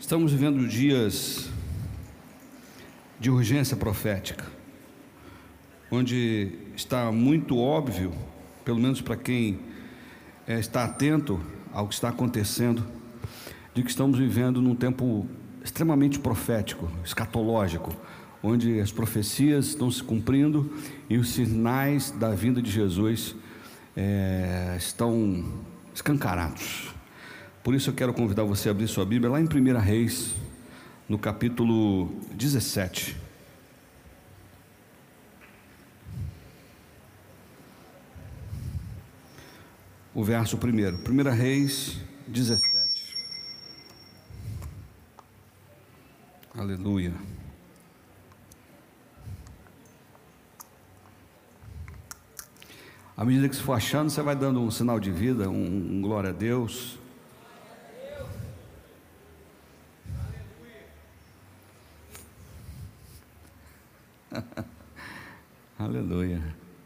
Estamos vivendo dias de urgência profética, onde está muito óbvio, pelo menos para quem está atento ao que está acontecendo, de que estamos vivendo num tempo extremamente profético, escatológico, onde as profecias estão se cumprindo e os sinais da vinda de Jesus estão escancarados. Por isso eu quero convidar você a abrir sua Bíblia lá em 1 Reis, no capítulo 17. O verso primeiro, 1 Reis 17. Aleluia. À medida que você for achando, você vai dando um sinal de vida, um glória a Deus. Aleluia.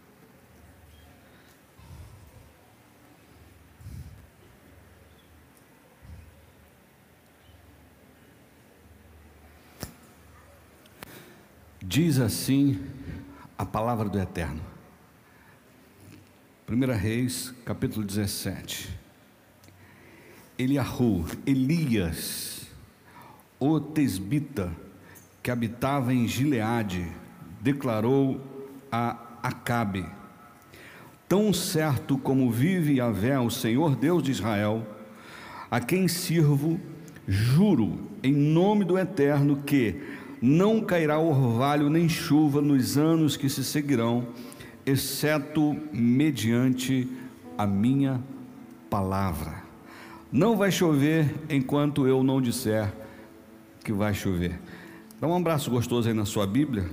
Diz assim a palavra do Eterno. 1 Reis, capítulo 17. Elias, o tesbita, que habitava em Gileade, declarou a Acabe: tão certo como vive Yahvé, o Senhor Deus de Israel, a quem sirvo, juro em nome do Eterno que não cairá orvalho nem chuva nos anos que se seguirão, exceto mediante a minha palavra. Não vai chover enquanto eu não disser que vai chover. Dá um abraço gostoso aí na sua Bíblia.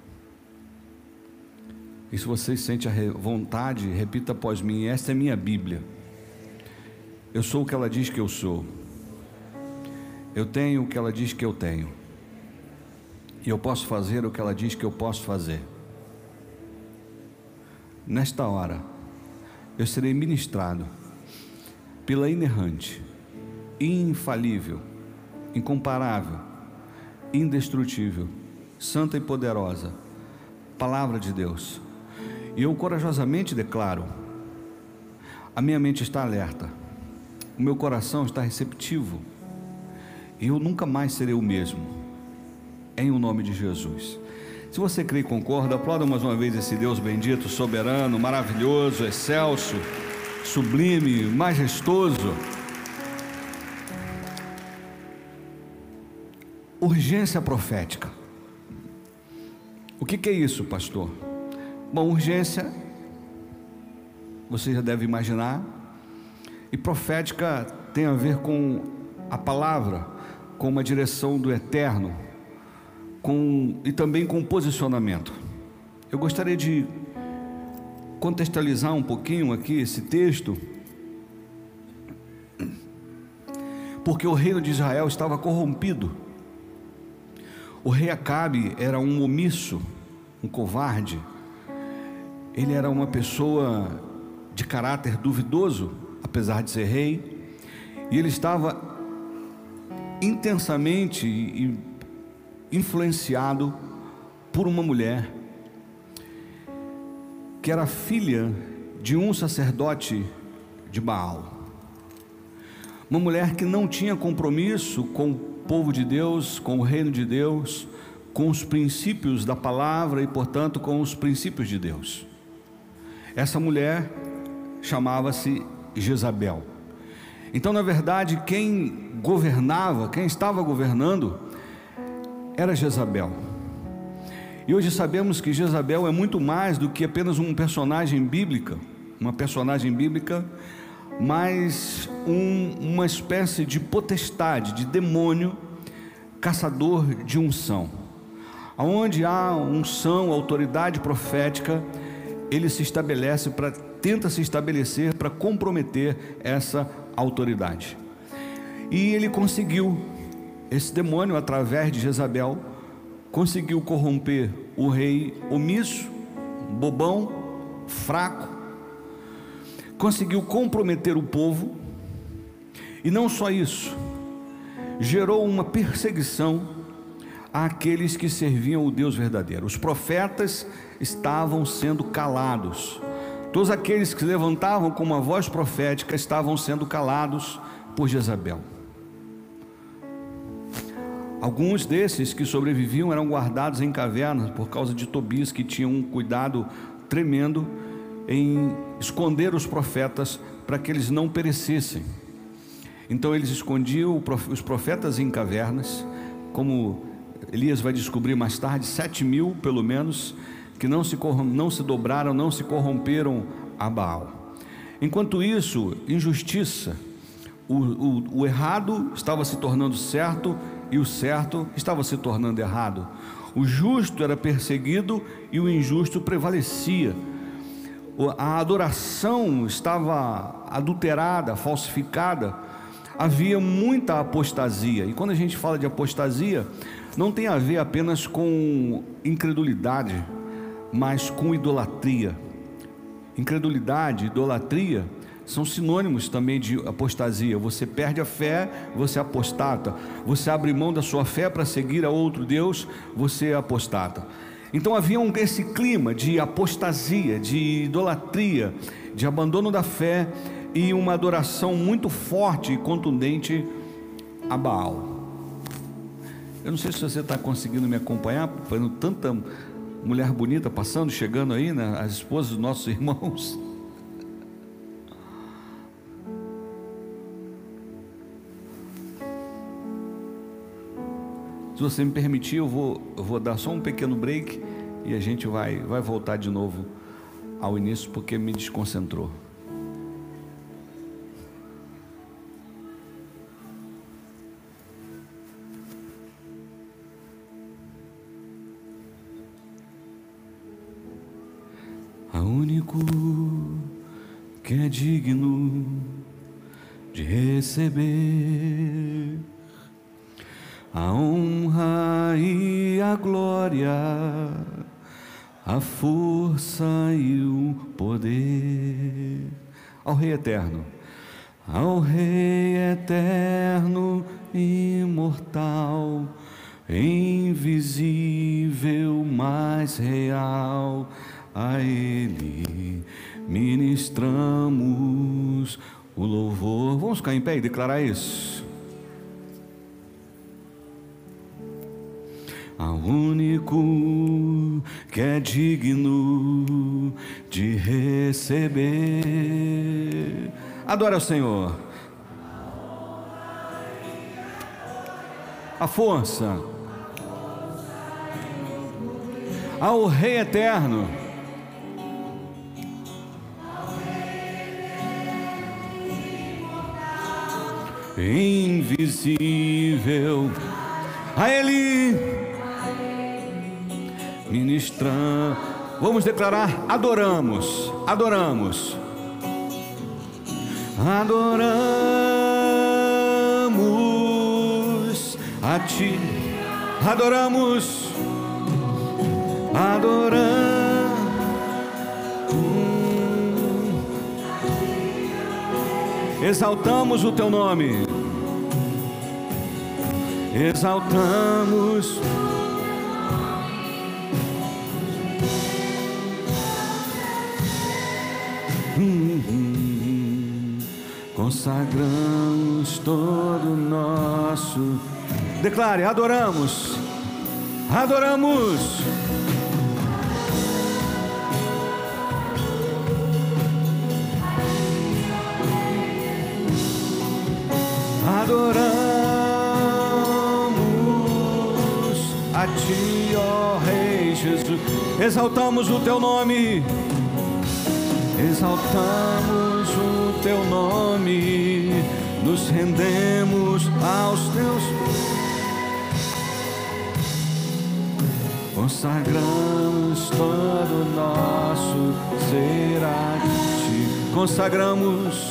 E se você sente a vontade, repita após mim: esta é minha Bíblia. Eu sou o que ela diz que eu sou. Eu tenho o que ela diz que eu tenho. E eu posso fazer o que ela diz que eu posso fazer. Nesta hora, eu serei ministrado pela inerrante, infalível, incomparável, indestrutível, santa e poderosa palavra de Deus. E eu corajosamente declaro: a minha mente está alerta, o meu coração está receptivo, e eu nunca mais serei o mesmo, em o nome de Jesus. Se você crê e concorda, aplauda mais uma vez esse Deus bendito, soberano, maravilhoso, excelso, sublime, majestoso. Urgência profética. O que é isso, pastor? Bom, urgência, você já deve imaginar, e profética tem a ver com a palavra, com uma direção do Eterno, e também com posicionamento. Eu gostaria de contextualizar um pouquinho aqui esse texto, porque o reino de Israel estava corrompido. O rei Acabe era um omisso, um covarde. Ele era uma pessoa de caráter duvidoso, apesar de ser rei, e ele estava intensamente influenciado por uma mulher que era filha de um sacerdote de Baal, uma mulher que não tinha compromisso com o povo de Deus, com o reino de Deus, com os princípios da palavra e, portanto, com os princípios de Deus. Essa mulher chamava-se Jezabel. Então, na verdade, quem governava, quem estava governando, era Jezabel. E hoje sabemos que Jezabel é muito mais do que apenas uma personagem bíblica, mas uma espécie de potestade, de demônio, caçador de unção. Aonde há unção, autoridade profética, ele tenta se estabelecer para comprometer essa autoridade. E ele conseguiu. Esse demônio, através de Jezabel, conseguiu corromper o rei omisso, bobão, fraco, conseguiu comprometer o povo, e não só isso, gerou uma perseguição àqueles que serviam o Deus verdadeiro. Os profetas estavam sendo calados. Todos aqueles que se levantavam com uma voz profética estavam sendo calados por Jezabel. Alguns desses que sobreviviam eram guardados em cavernas por causa de Tobias, que tinha um cuidado tremendo em esconder os profetas para que eles não perecessem. Então eles escondiam os profetas em cavernas, como Elias vai descobrir mais tarde, 7.000 pelo menos, que não se dobraram, não se corromperam a Baal. Enquanto isso, injustiça, o errado estava se tornando certo e o certo estava se tornando errado. O justo era perseguido e o injusto prevalecia. A adoração estava adulterada, falsificada. Havia muita apostasia. E quando a gente fala de apostasia, não tem a ver apenas com incredulidade, mas com idolatria. Incredulidade, idolatria são sinônimos também de apostasia. Você perde a fé, você apostata. Você abre mão da sua fé para seguir a outro Deus, você apostata. Então havia esse clima de apostasia, de idolatria, de abandono da fé e uma adoração muito forte e contundente a Baal. Eu não sei se você está conseguindo me acompanhar, vendo tanta mulher bonita passando, chegando aí, né? As esposas dos nossos irmãos. Se você me permitir, eu vou dar só um pequeno break e a gente vai voltar de novo ao início, porque me desconcentrou. A único que é digno de receber a honra e a glória, a força e o poder, ao Rei eterno, ao Rei eterno, imortal, invisível, mas real, a Ele ministramos o louvor. Vamos ficar em pé e declarar isso. Ao único que é digno de receber. Adora o Senhor. A força. Ao Rei eterno. Invisível. A Ele ministrando. Vamos declarar: adoramos, adoramos, adoramos a Ti, adoramos, adoramos, exaltamos o Teu nome, exaltamos. Consagramos todo o nosso. Declare: adoramos, adoramos, adoramos a Ti, ó Rei Jesus. Exaltamos o Teu nome, exaltamos o Teu nome, nos rendemos aos Teus. Consagramos todo o nosso ser a Ti. Consagramos,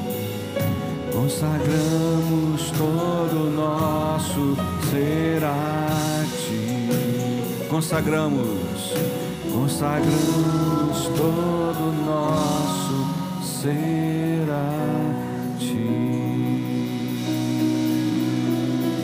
consagramos todo o nosso ser a Ti. Consagramos, consagramos todo o nosso ser a Ti.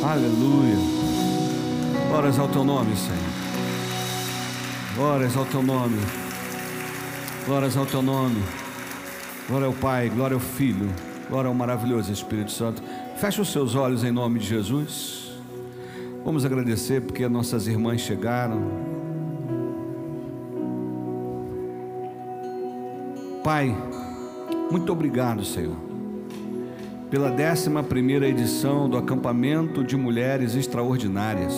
Aleluia. Glórias ao teu nome, Senhor. Glórias ao teu nome. Glórias ao teu nome. Glória ao Pai, glória ao Filho, glória ao maravilhoso Espírito Santo. Feche os seus olhos em nome de Jesus. Vamos agradecer porque nossas irmãs chegaram. Pai, muito obrigado, Senhor, pela 11ª edição do acampamento de mulheres extraordinárias.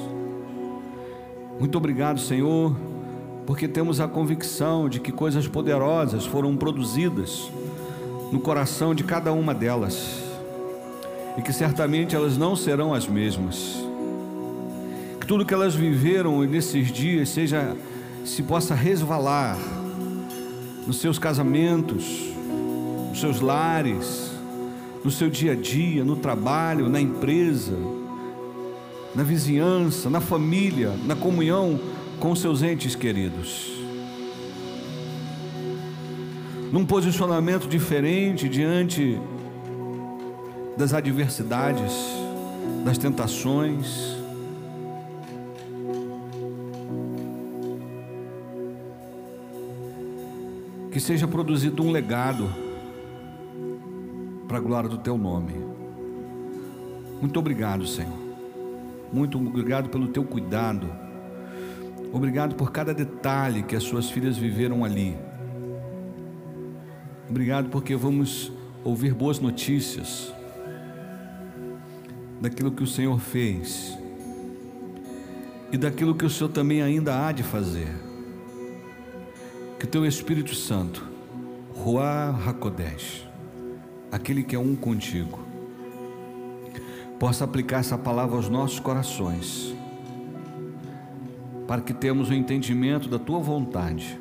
Muito obrigado, Senhor, porque temos a convicção de que coisas poderosas foram produzidas no coração de cada uma delas, e que certamente elas não serão as mesmas. Que tudo que elas viveram nesses dias se possa resvalar nos seus casamentos, nos seus lares, no seu dia a dia, no trabalho, na empresa, na vizinhança, na família, na comunhão com seus entes queridos, num posicionamento diferente diante das adversidades, das tentações. Que seja produzido um legado para a glória do teu nome. Muito obrigado, Senhor. Muito obrigado pelo teu cuidado. Obrigado por cada detalhe que as suas filhas viveram ali. Obrigado porque vamos ouvir boas notícias daquilo que o Senhor fez e daquilo que o Senhor também ainda há de fazer. Que teu Espírito Santo, Ruach HaKodesh, aquele que é um contigo, possa aplicar essa palavra aos nossos corações, para que tenhamos o entendimento da tua vontade.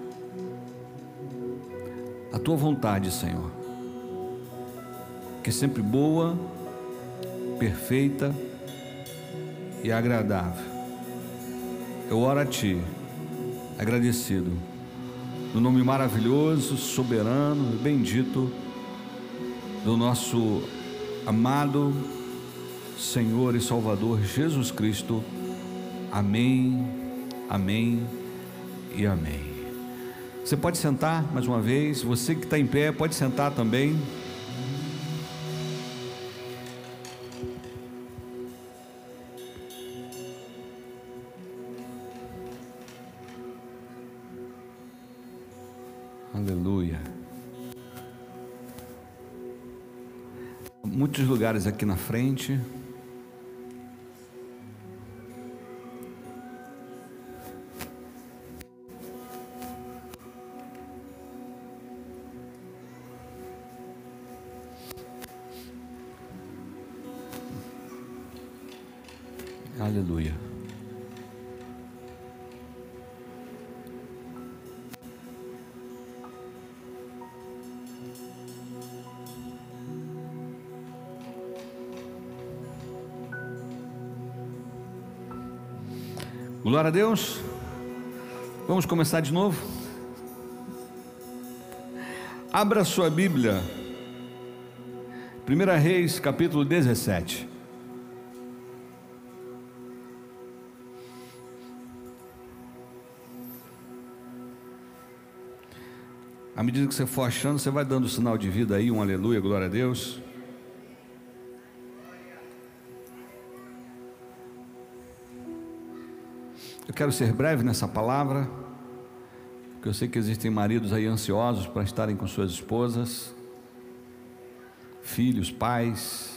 A tua vontade, Senhor, que é sempre boa, perfeita e agradável. Eu oro a ti, agradecido, no nome maravilhoso, soberano e bendito do nosso amado Senhor e Salvador Jesus Cristo. Amém, amém e amém. Você pode sentar mais uma vez. Você que está em pé pode sentar também. Aleluia. Muitos lugares aqui na frente. Aleluia. Glória a Deus. Vamos começar de novo. Abra sua Bíblia, 1 Reis, capítulo 17. À medida que você for achando, você vai dando sinal de vida aí, um aleluia, glória a Deus. Eu quero ser breve nessa palavra, porque eu sei que existem maridos aí ansiosos para estarem com suas esposas, filhos, pais.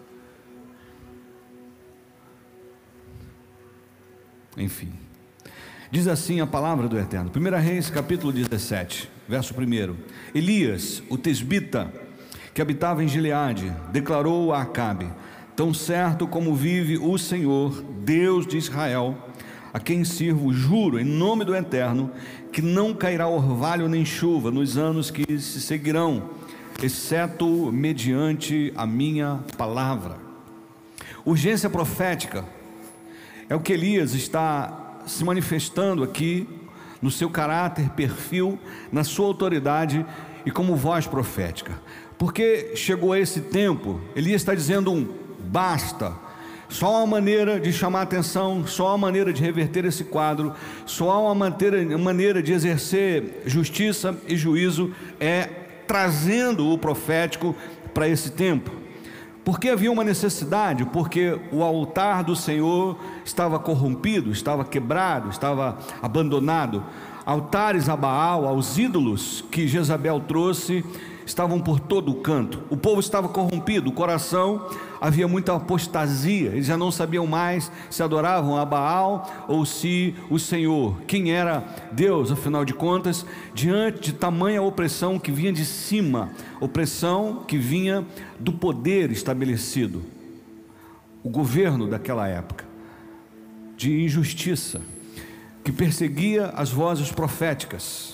Enfim, diz assim a palavra do Eterno. 1 Reis, capítulo 17, verso 1. Elias, o tesbita, que habitava em Gileade, declarou a Acabe: tão certo como vive o Senhor, Deus de Israel, a quem sirvo, juro em nome do Eterno, que não cairá orvalho nem chuva nos anos que se seguirão, exceto mediante a minha palavra. Urgência profética é o que Elias está se manifestando aqui, no seu caráter, perfil, na sua autoridade e como voz profética. Porque chegou esse tempo, Elias está dizendo basta. Só há uma maneira de chamar a atenção, só há uma maneira de reverter esse quadro, só há uma maneira de exercer justiça e juízo, é trazendo o profético para esse tempo. Porque havia uma necessidade, porque o altar do Senhor estava corrompido, estava quebrado, estava abandonado. Altares a Baal, aos ídolos que Jezabel trouxe, estavam por todo o canto. O povo estava corrompido, o coração, havia muita apostasia, eles já não sabiam mais se adoravam a Baal ou se o Senhor, quem era Deus, afinal de contas, diante de tamanha opressão que vinha de cima, opressão que vinha do poder estabelecido, o governo daquela época, de injustiça, que perseguia as vozes proféticas,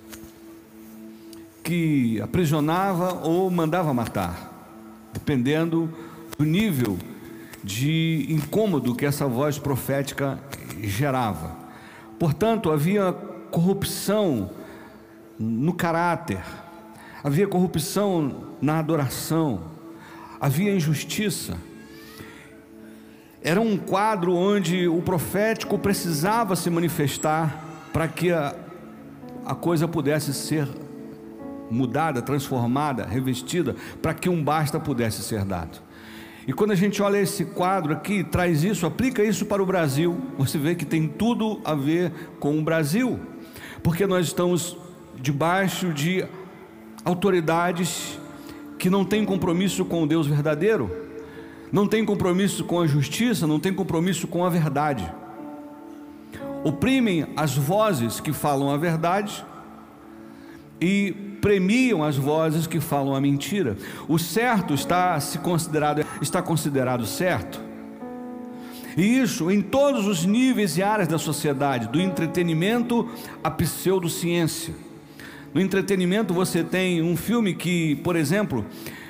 que aprisionava ou mandava matar, dependendo do nível de incômodo que essa voz profética gerava. Portanto, havia corrupção no caráter, havia corrupção na adoração, havia injustiça. Era um quadro onde o profético precisava se manifestar para que a coisa pudesse ser mudada, transformada, revestida, para que um basta pudesse ser dado. E quando a gente olha esse quadro aqui, traz isso, aplica isso para o Brasil, você vê que tem tudo a ver com o Brasil, porque nós estamos debaixo de autoridades que não têm compromisso com o Deus verdadeiro, não têm compromisso com a justiça, não têm compromisso com a verdade, oprimem as vozes que falam a verdade e premiam as vozes que falam a mentira. O certo está considerado certo, e isso em todos os níveis e áreas da sociedade, do entretenimento à pseudociência. No entretenimento você tem um filme que, por exemplo,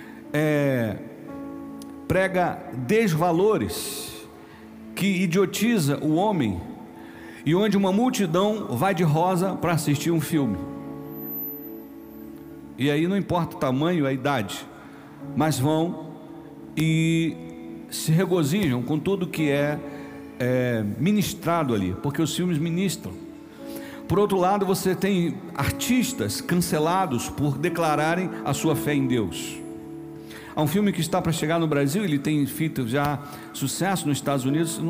prega desvalores, que idiotiza o homem, e onde uma multidão vai de rosa para assistir um filme. E aí não importa o tamanho, a idade, mas vão e se regozijam com tudo que é ministrado ali, porque os filmes ministram. Por outro lado, você tem artistas cancelados por declararem a sua fé em Deus. Há um filme que está para chegar no Brasil, ele tem feito já sucesso nos Estados Unidos,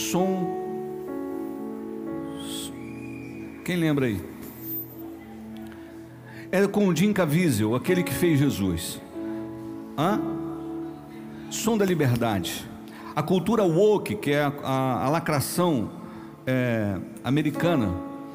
quem lembra aí? É com o Jim Caviezel, aquele que fez Jesus. Som da Liberdade. A cultura woke, que é a lacração americana.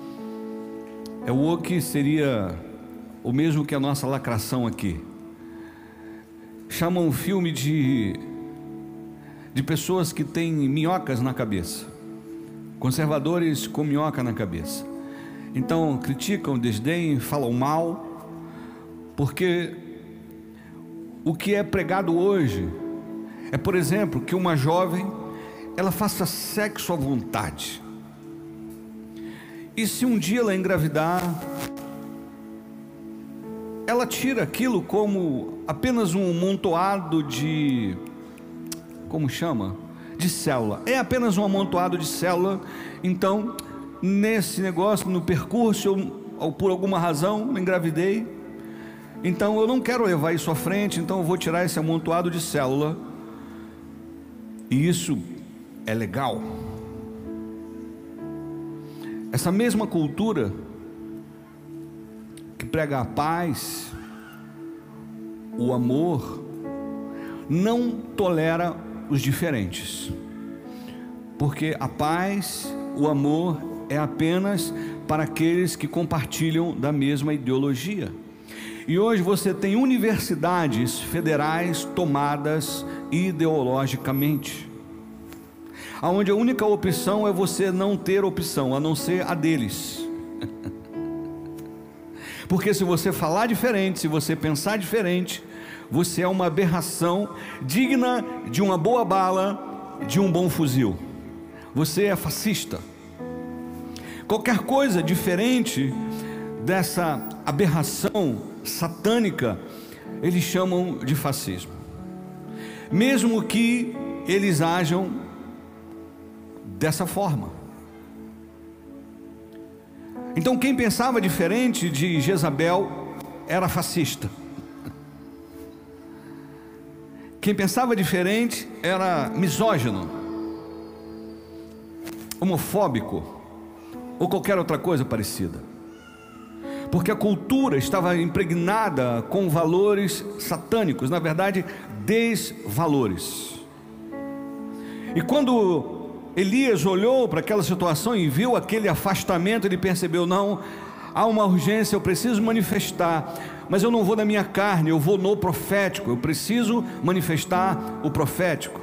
Woke seria o mesmo que a nossa lacração aqui. Chamam o filme de pessoas que têm minhocas na cabeça, conservadores com minhoca na cabeça. Então criticam, desdenham, falam mal, porque o que é pregado hoje é, por exemplo, que uma jovem ela faça sexo à vontade, e se um dia ela engravidar, ela tira aquilo como apenas um amontoado de, como chama? De célula. É apenas um amontoado de célula. Então, nesse negócio, no percurso, ou por alguma razão, engravidei, então eu não quero levar isso à frente, então eu vou tirar esse amontoado de célula. E isso é legal. Essa mesma cultura que prega a paz, o amor, não tolera os diferentes, porque a paz, o amor é apenas para aqueles que compartilham da mesma ideologia. E hoje você tem universidades federais tomadas ideologicamente, onde a única opção é você não ter opção, a não ser a deles. Porque se você falar diferente, se você pensar diferente, você é uma aberração digna de uma boa bala, de um bom fuzil. Você é fascista. Qualquer coisa diferente dessa aberração satânica, eles chamam de fascismo. Mesmo que eles ajam dessa forma. Então quem pensava diferente de Jezabel era fascista. Quem pensava diferente era misógino, homofóbico ou qualquer outra coisa parecida, porque a cultura estava impregnada com valores satânicos, na verdade, desvalores. E quando Elias olhou para aquela situação e viu aquele afastamento, ele percebeu: não, há uma urgência, eu preciso manifestar, mas eu não vou na minha carne, eu vou no profético, eu preciso manifestar o profético.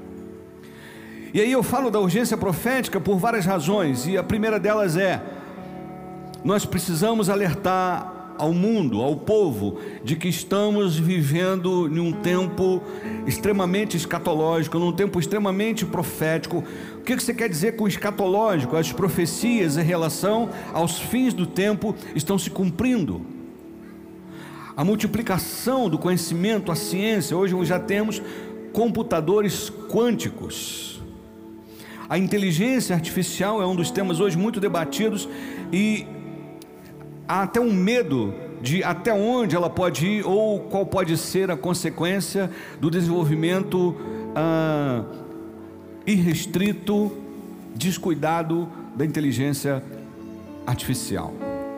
E aí eu falo da urgência profética por várias razões, e a primeira delas é: nós precisamos alertar ao mundo, ao povo, de que estamos vivendo em um tempo extremamente escatológico, num tempo extremamente profético. O que você quer dizer com escatológico? As profecias em relação aos fins do tempo estão se cumprindo. A multiplicação do conhecimento, a ciência, hoje já temos computadores quânticos. A inteligência artificial é um dos temas hoje muito debatidos, e há até um medo de até onde ela pode ir, ou qual pode ser a consequência do desenvolvimento irrestrito, descuidado da inteligência artificial.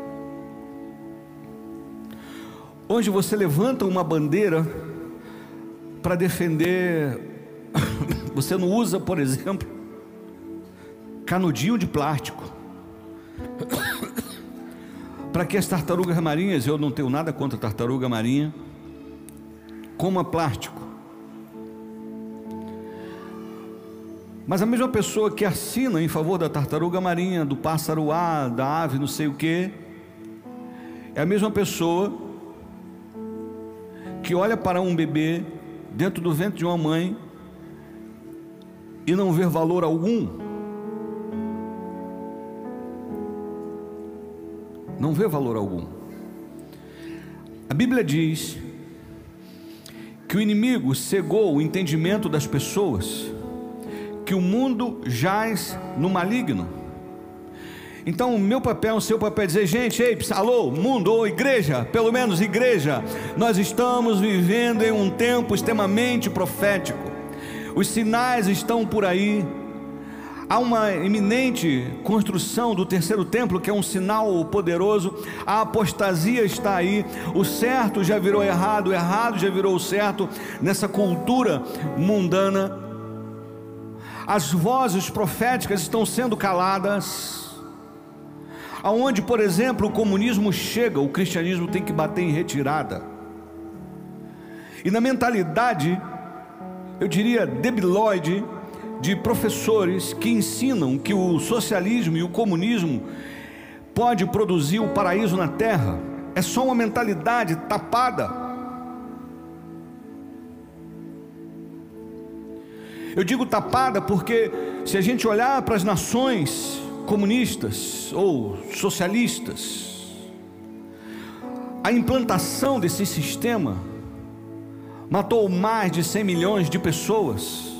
Hoje você levanta uma bandeira para defender, você não usa, por exemplo, canudinho de plástico, para que as tartarugas marinhas, eu não tenho nada contra a tartaruga marinha, coma plástico. Mas a mesma pessoa que assina em favor da tartaruga marinha, do pássaro A, da ave não sei o que, é a mesma pessoa que olha para um bebê dentro do ventre de uma mãe e não vê valor algum. Não vê valor algum. A Bíblia diz que o inimigo cegou o entendimento das pessoas, que o mundo jaz no maligno. Então o meu papel, o seu papel é dizer: gente, ei, alô, mundo, ou igreja, pelo menos igreja, nós estamos vivendo em um tempo extremamente profético. Os sinais estão por aí. Há uma iminente construção do terceiro templo, que é um sinal poderoso. A apostasia está aí, o certo já virou errado, o errado já virou o certo, nessa cultura mundana. As vozes proféticas estão sendo caladas. Aonde, por exemplo, o comunismo chega, o cristianismo tem que bater em retirada. E na mentalidade, eu diria debilóide, de professores que ensinam que o socialismo e o comunismo pode produzir o paraíso na terra, é só uma mentalidade tapada. Eu digo tapada porque se a gente olhar para as nações comunistas ou socialistas, a implantação desse sistema matou mais de 100 milhões de pessoas.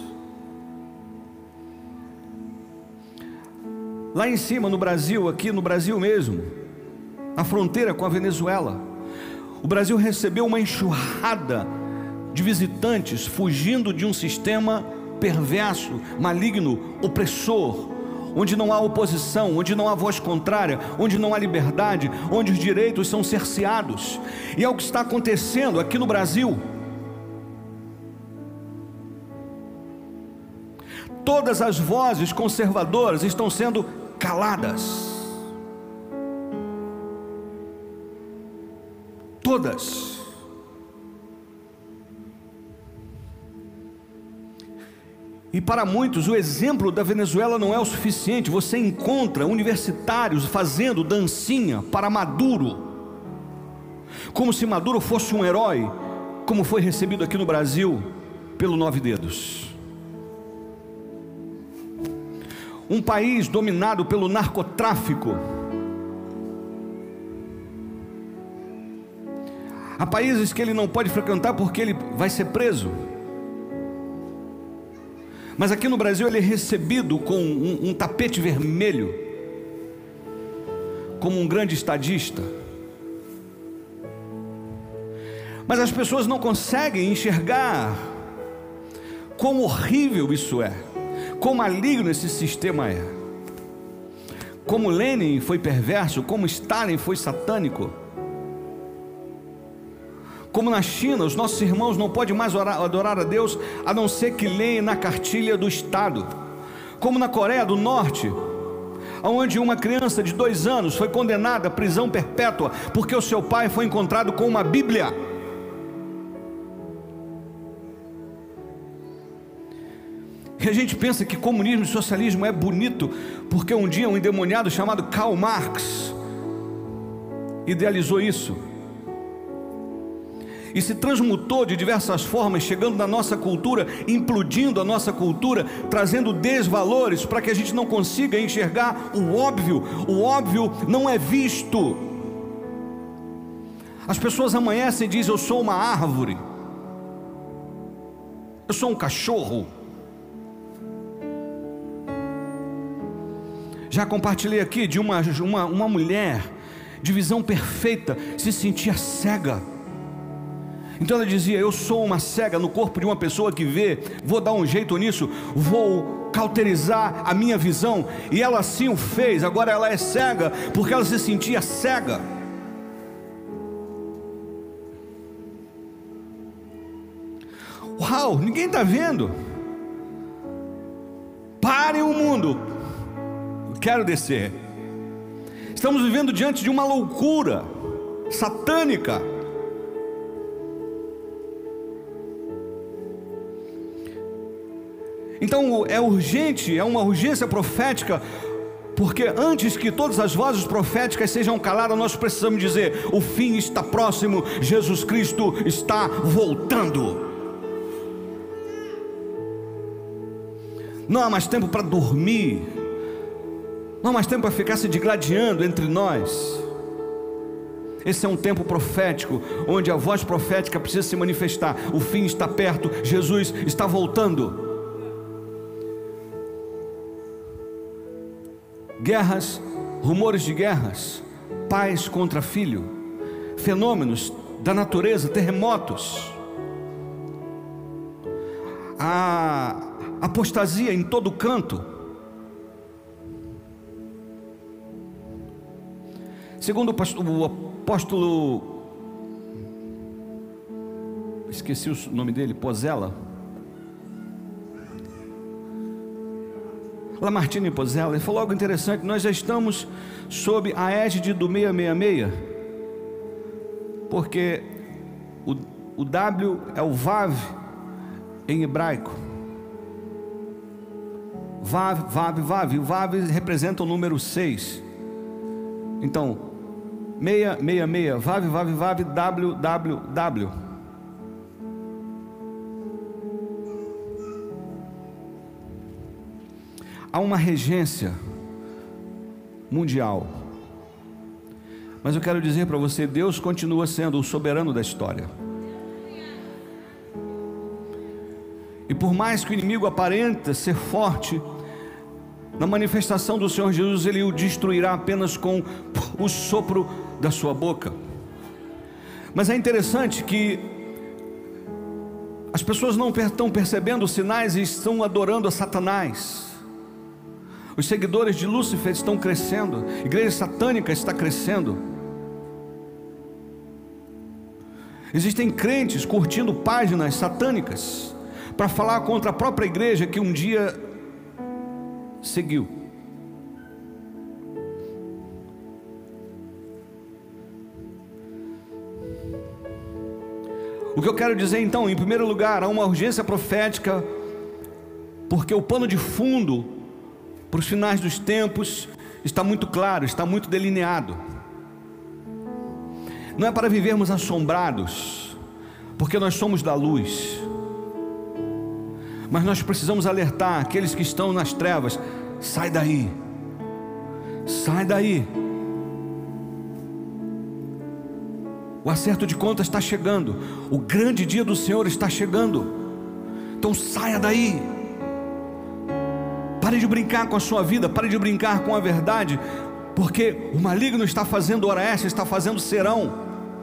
Lá em cima no Brasil, aqui no Brasil mesmo, na fronteira com a Venezuela, o Brasil recebeu uma enxurrada de visitantes fugindo de um sistema perverso, maligno, opressor, onde não há oposição, onde não há voz contrária, onde não há liberdade, onde os direitos são cerceados. E é o que está acontecendo aqui no Brasil. Todas as vozes conservadoras estão sendo caladas. Todas. E para muitos o exemplo da Venezuela não é o suficiente. Você encontra universitários fazendo dancinha para Maduro, como se Maduro fosse um herói, como foi recebido aqui no Brasil pelo Nove Dedos. Um país dominado pelo narcotráfico. Há países que ele não pode frequentar porque ele vai ser preso. mas aqui no Brasil ele é recebido com um tapete vermelho, como um grande estadista. Mas as pessoas não conseguem enxergar quão horrível isso é, quão maligno esse sistema é, como Lenin foi perverso, como Stalin foi satânico, como na China os nossos irmãos não podem mais adorar a Deus a não ser que leem na cartilha do Estado, como na Coreia do Norte, onde uma criança de 2 anos foi condenada à prisão perpétua porque o seu pai foi encontrado com uma Bíblia. E a gente pensa que comunismo e socialismo é bonito porque um dia um endemoniado chamado Karl Marx idealizou isso e se transmutou de diversas formas, chegando na nossa cultura, implodindo a nossa cultura, trazendo desvalores para que a gente não consiga enxergar o óbvio. O óbvio não é visto. As pessoas amanhecem e dizem: eu sou uma árvore, eu sou um cachorro. Já compartilhei aqui de uma mulher de visão perfeita, se sentia cega. Então ela dizia: eu sou uma cega no corpo de uma pessoa que vê, vou dar um jeito nisso, vou cauterizar a minha visão. E ela assim o fez. Agora ela é cega porque ela se sentia cega. Uau, ninguém está vendo. Parem o mundo, quero descer. Estamos vivendo diante de uma loucura satânica. Então é urgente, é uma urgência profética, porque antes que todas as vozes proféticas sejam caladas, nós precisamos dizer: o fim está próximo, Jesus Cristo está voltando. Não há mais tempo para dormir, não há mais tempo para ficar se digladiando entre nós. Esse é um tempo profético, onde a voz profética precisa se manifestar. O fim está perto, Jesus está voltando. Guerras, rumores de guerras, pais contra filho, fenômenos da natureza, terremotos, a apostasia em todo canto. Segundo o apóstolo, esqueci o nome dele, Pozella, Lamartine Pozella, ele falou algo interessante: nós já estamos sob a égide do 666, porque o W é o Vav em hebraico. Vav, Vav, Vav, e o Vav representa o número 6. Então 666, Vav, Vav, Vav, W, W, W. Há uma regência mundial, mas eu quero dizer para você: Deus continua sendo o soberano da história. E por mais que o inimigo aparente ser forte, na manifestação do Senhor Jesus, Ele o destruirá apenas com o sopro da sua boca. Mas é interessante que as pessoas não estão percebendo os sinais e estão adorando a Satanás. Os seguidores de Lúcifer estão crescendo, a igreja satânica está crescendo. Existem crentes curtindo páginas satânicas para falar contra a própria igreja que um dia seguiu. O que eu quero dizer então, em primeiro lugar, há uma urgência profética, porque o pano de fundo para os finais dos tempos está muito claro, está muito delineado. Não é para vivermos assombrados, porque nós somos da luz, mas nós precisamos alertar aqueles que estão nas trevas: sai daí, sai daí. O acerto de contas está chegando, o grande dia do Senhor está chegando. Então saia daí. Pare de brincar com a sua vida, pare de brincar com a verdade, porque o maligno está fazendo hora extra, está fazendo serão.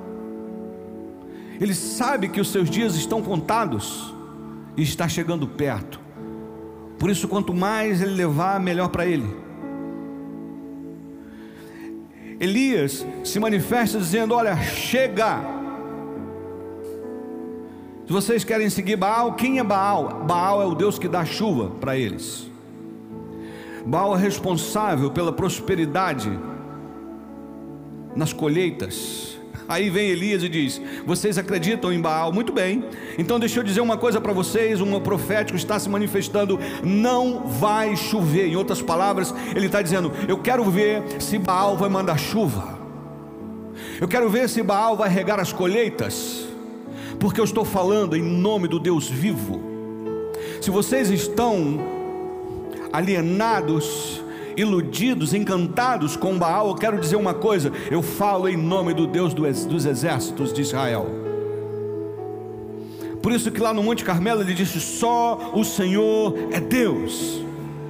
Ele sabe que os seus dias estão contados e está chegando perto. Por isso, quanto mais ele levar, melhor para ele. Elias se manifesta dizendo: olha, chega. Se vocês querem seguir Baal, quem é Baal? Baal é o Deus que dá chuva para eles. Baal é responsável pela prosperidade nas colheitas. Aí vem Elias e diz: vocês acreditam em Baal? Muito bem, então deixa eu dizer uma coisa para vocês. Um profético está se manifestando: não vai chover. Em outras palavras, ele está dizendo: eu quero ver se Baal vai mandar chuva, eu quero ver se Baal vai regar as colheitas, porque eu estou falando em nome do Deus vivo. Se vocês estão alienados, iludidos, encantados com Baal, eu quero dizer uma coisa: eu falo em nome do Deus dos exércitos de Israel. Por isso que lá no Monte Carmelo ele disse: só o Senhor é Deus.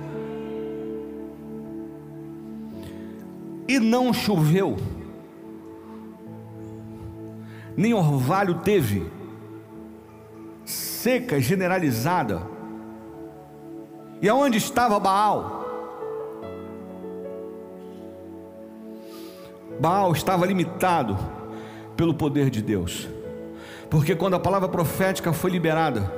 E não choveu, nem orvalho teve, seca generalizada. E aonde estava Baal? Baal estava limitado pelo poder de Deus, porque quando a palavra profética foi liberada,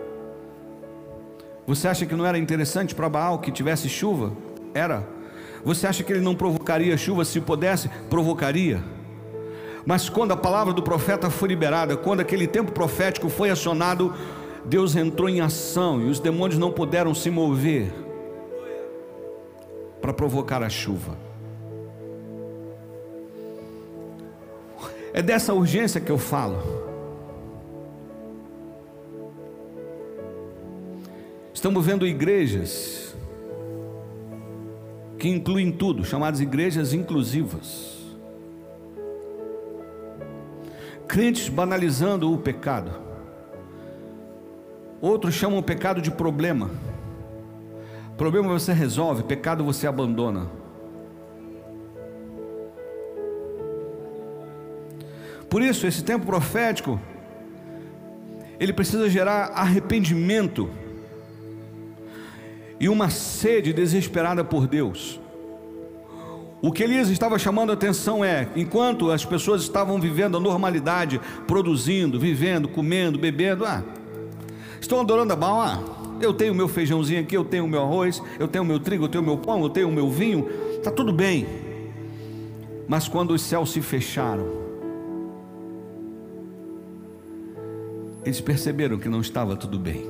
você acha que não era interessante para Baal que tivesse chuva? Era. Você acha que ele não provocaria chuva? Se pudesse, provocaria. Mas quando a palavra do profeta foi liberada, quando aquele tempo profético foi acionado, Deus entrou em ação e os demônios não puderam se mover para provocar a chuva. É dessa urgência que eu falo. Estamos vendo igrejas que incluem tudo, chamadas igrejas inclusivas. Crentes banalizando o pecado. Outros chamam o pecado de problema. Problema você resolve, pecado você abandona. Por isso, esse tempo profético, ele precisa gerar arrependimento e uma sede desesperada por Deus. O que Elias estava chamando a atenção é: enquanto as pessoas estavam vivendo a normalidade, produzindo, vivendo, comendo, bebendo, estão adorando a Baal, eu tenho o meu feijãozinho aqui, eu tenho o meu arroz, eu tenho o meu trigo, eu tenho o meu pão, eu tenho o meu vinho, está tudo bem. Mas quando os céus se fecharam, eles perceberam que não estava tudo bem.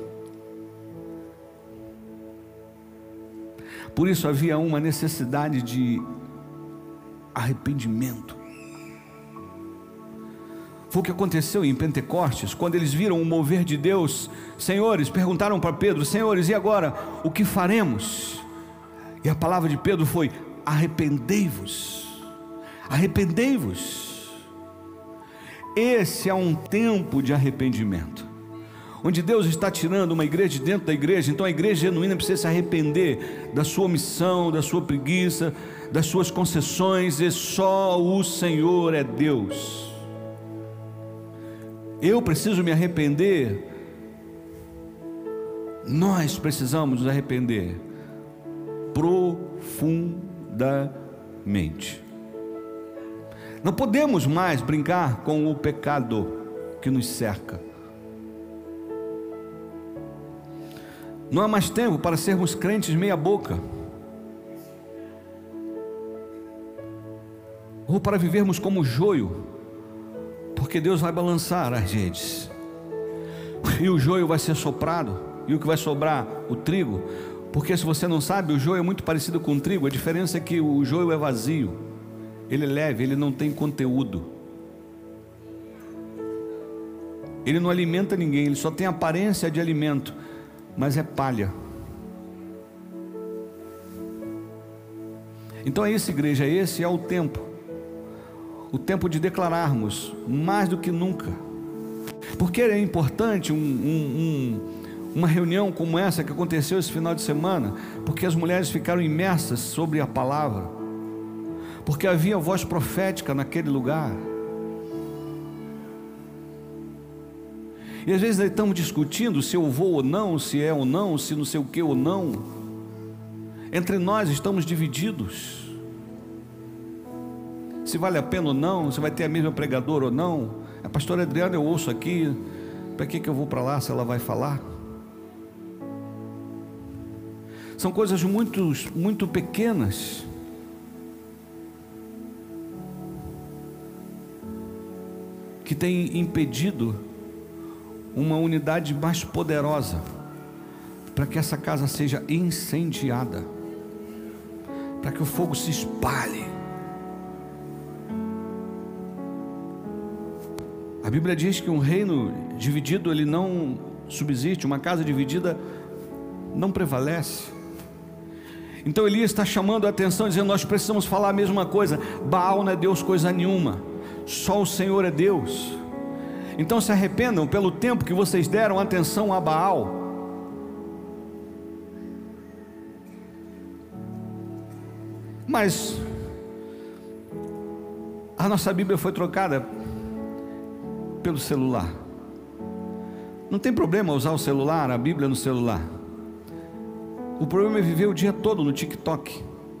Por isso havia uma necessidade de arrependimento. Foi o que aconteceu em Pentecostes, quando eles viram o mover de Deus. Senhores, perguntaram para Pedro: senhores, e agora, o que faremos? E a palavra de Pedro foi: arrependei-vos, arrependei-vos. Esse é um tempo de arrependimento, onde Deus está tirando uma igreja de dentro da igreja. Então a igreja genuína precisa se arrepender da sua omissão, da sua preguiça, das suas concessões. E só o Senhor é Deus. Eu preciso me arrepender. Nós precisamos nos arrepender profundamente. Não podemos mais brincar com o pecado que nos cerca. Não há mais tempo para sermos crentes meia boca, ou para vivermos como joio, porque Deus vai balançar as redes, e o joio vai ser soprado, e o que vai sobrar? O trigo. Porque se você não sabe, o joio é muito parecido com o trigo. A diferença é que o joio é vazio, ele é leve, ele não tem conteúdo, ele não alimenta ninguém, ele só tem aparência de alimento, mas é palha. Então é isso, igreja, esse é o tempo de declararmos mais do que nunca. Porque é importante um uma reunião como essa que aconteceu esse final de semana, porque as mulheres ficaram imersas sobre a palavra, porque havia voz profética naquele lugar. E às vezes nós estamos discutindo se eu vou ou não, se é ou não, se não sei o que ou não. Entre nós estamos divididos, se vale a pena ou não, se vai ter a mesma pregadora ou não. A pastora Adriana eu ouço aqui, para que eu vou para lá se ela vai falar? São coisas muito pequenas, que têm impedido uma unidade mais poderosa, para que essa casa seja incendiada, para que o fogo se espalhe. A Bíblia diz que um reino dividido ele não subsiste, uma casa dividida não prevalece. Então Elias está chamando a atenção, dizendo: nós precisamos falar a mesma coisa. Baal não é Deus coisa nenhuma, só o Senhor é Deus. Então se arrependam pelo tempo que vocês deram atenção a Baal. Mas a nossa Bíblia foi trocada pelo celular. Não tem problema usar o celular, a Bíblia no celular. O problema é viver o dia todo no TikTok.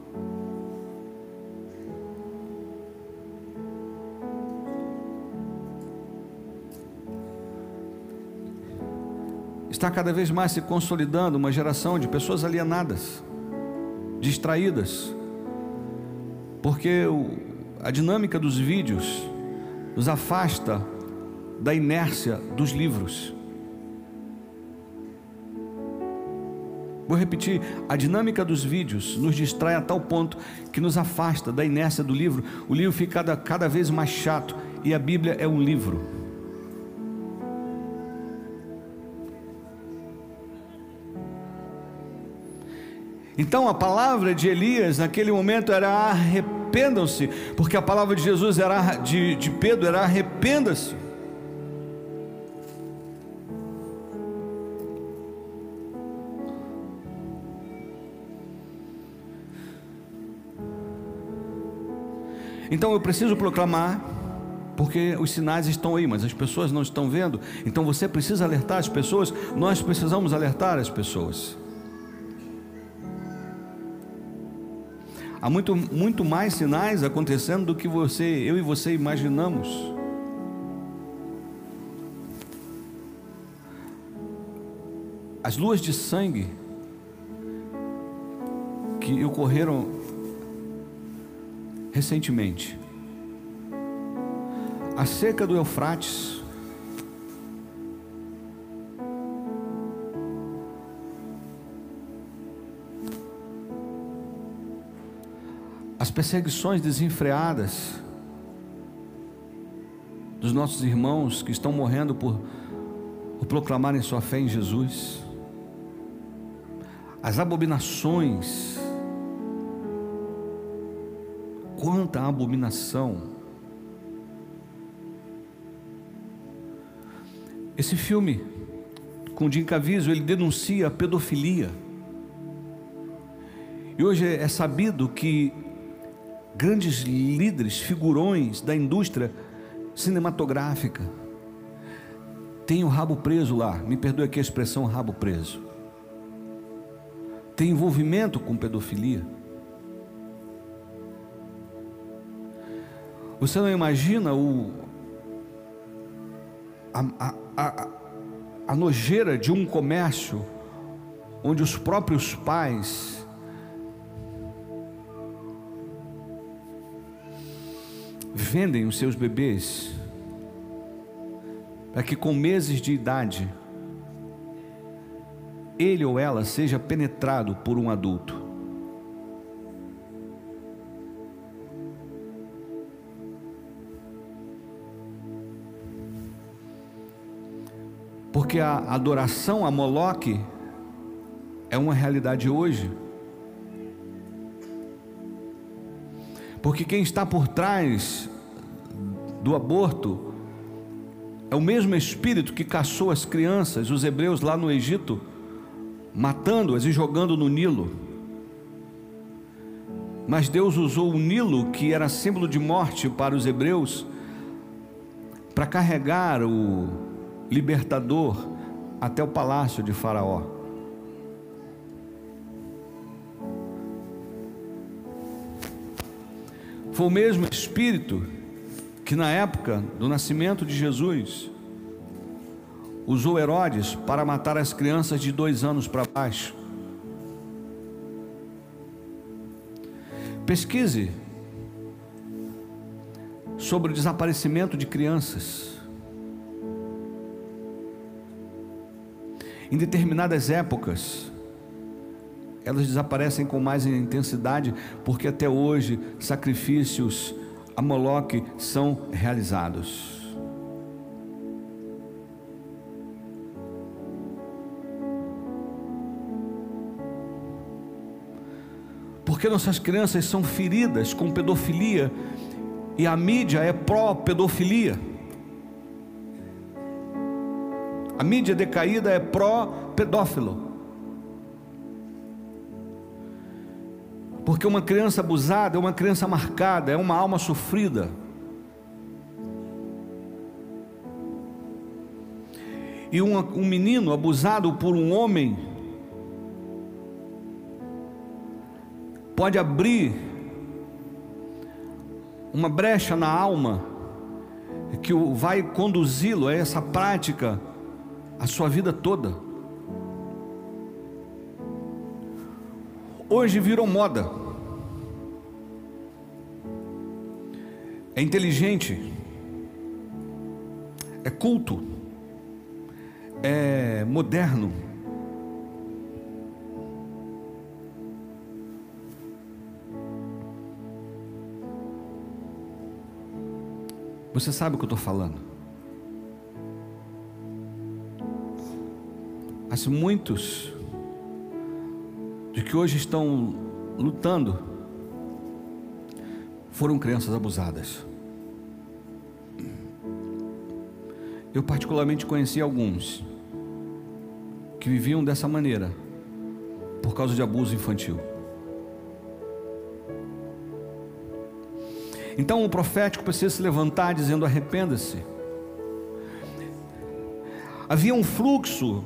Está cada vez mais se consolidando uma geração de pessoas alienadas, distraídas, porque a dinâmica dos vídeos nos afasta da inércia dos livros. Vou repetir: a dinâmica dos vídeos nos distrai a tal ponto que nos afasta da inércia do livro. O livro fica cada vez mais chato, e a Bíblia é um livro. Então a palavra de Elias naquele momento era: arrependam-se, porque a palavra de Jesus era, de Pedro era: arrependa-se. Então eu preciso proclamar, porque os sinais estão aí, mas as pessoas não estão vendo. Então você precisa alertar as pessoas, nós precisamos alertar as pessoas. Há muito mais sinais acontecendo do que eu e você imaginamos. As luas de sangue que ocorreram recentemente, a seca do Eufrates, as perseguições desenfreadas dos nossos irmãos que estão morrendo por proclamarem sua fé em Jesus, as abominações, quanta abominação. Esse filme com Jim Caviezel, ele denuncia a pedofilia, e hoje é sabido que grandes líderes, figurões da indústria cinematográfica têm o rabo preso lá, me perdoe aqui a expressão rabo preso, tem envolvimento com pedofilia. Você não imagina a nojeira de um comércio onde os próprios pais vendem os seus bebês para que com meses de idade ele ou ela seja penetrado por um adulto. Porque a adoração a Moloque é uma realidade hoje. Porque quem está por trás do aborto é o mesmo Espírito que caçou as crianças, os hebreus lá no Egito, matando-as e jogando no Nilo. Mas Deus usou o Nilo, que era símbolo de morte para os hebreus, para carregar o libertador até o palácio de Faraó. Foi o mesmo Espírito que na época do nascimento de Jesus usou Herodes para matar as crianças de 2 anos para baixo. Pesquise sobre o desaparecimento de crianças. Em determinadas épocas, elas desaparecem com mais intensidade, porque até hoje sacrifícios a Moloque são realizados. Porque nossas crianças são feridas com pedofilia, e a mídia é pró-pedofilia. A mídia decaída é pró-pedófilo. Porque uma criança abusada é uma criança marcada, é uma alma sofrida. E um menino abusado por um homem pode abrir uma brecha na alma que vai conduzi-lo a essa prática a sua vida toda. Hoje virou moda, é inteligente, é culto, é moderno. Você sabe o que eu estou falando? Mas muitos de que hoje estão lutando foram crianças abusadas. Eu particularmente conheci alguns que viviam dessa maneira por causa de abuso infantil. Então o profético precisa se levantar dizendo: arrependa-se. Havia um fluxo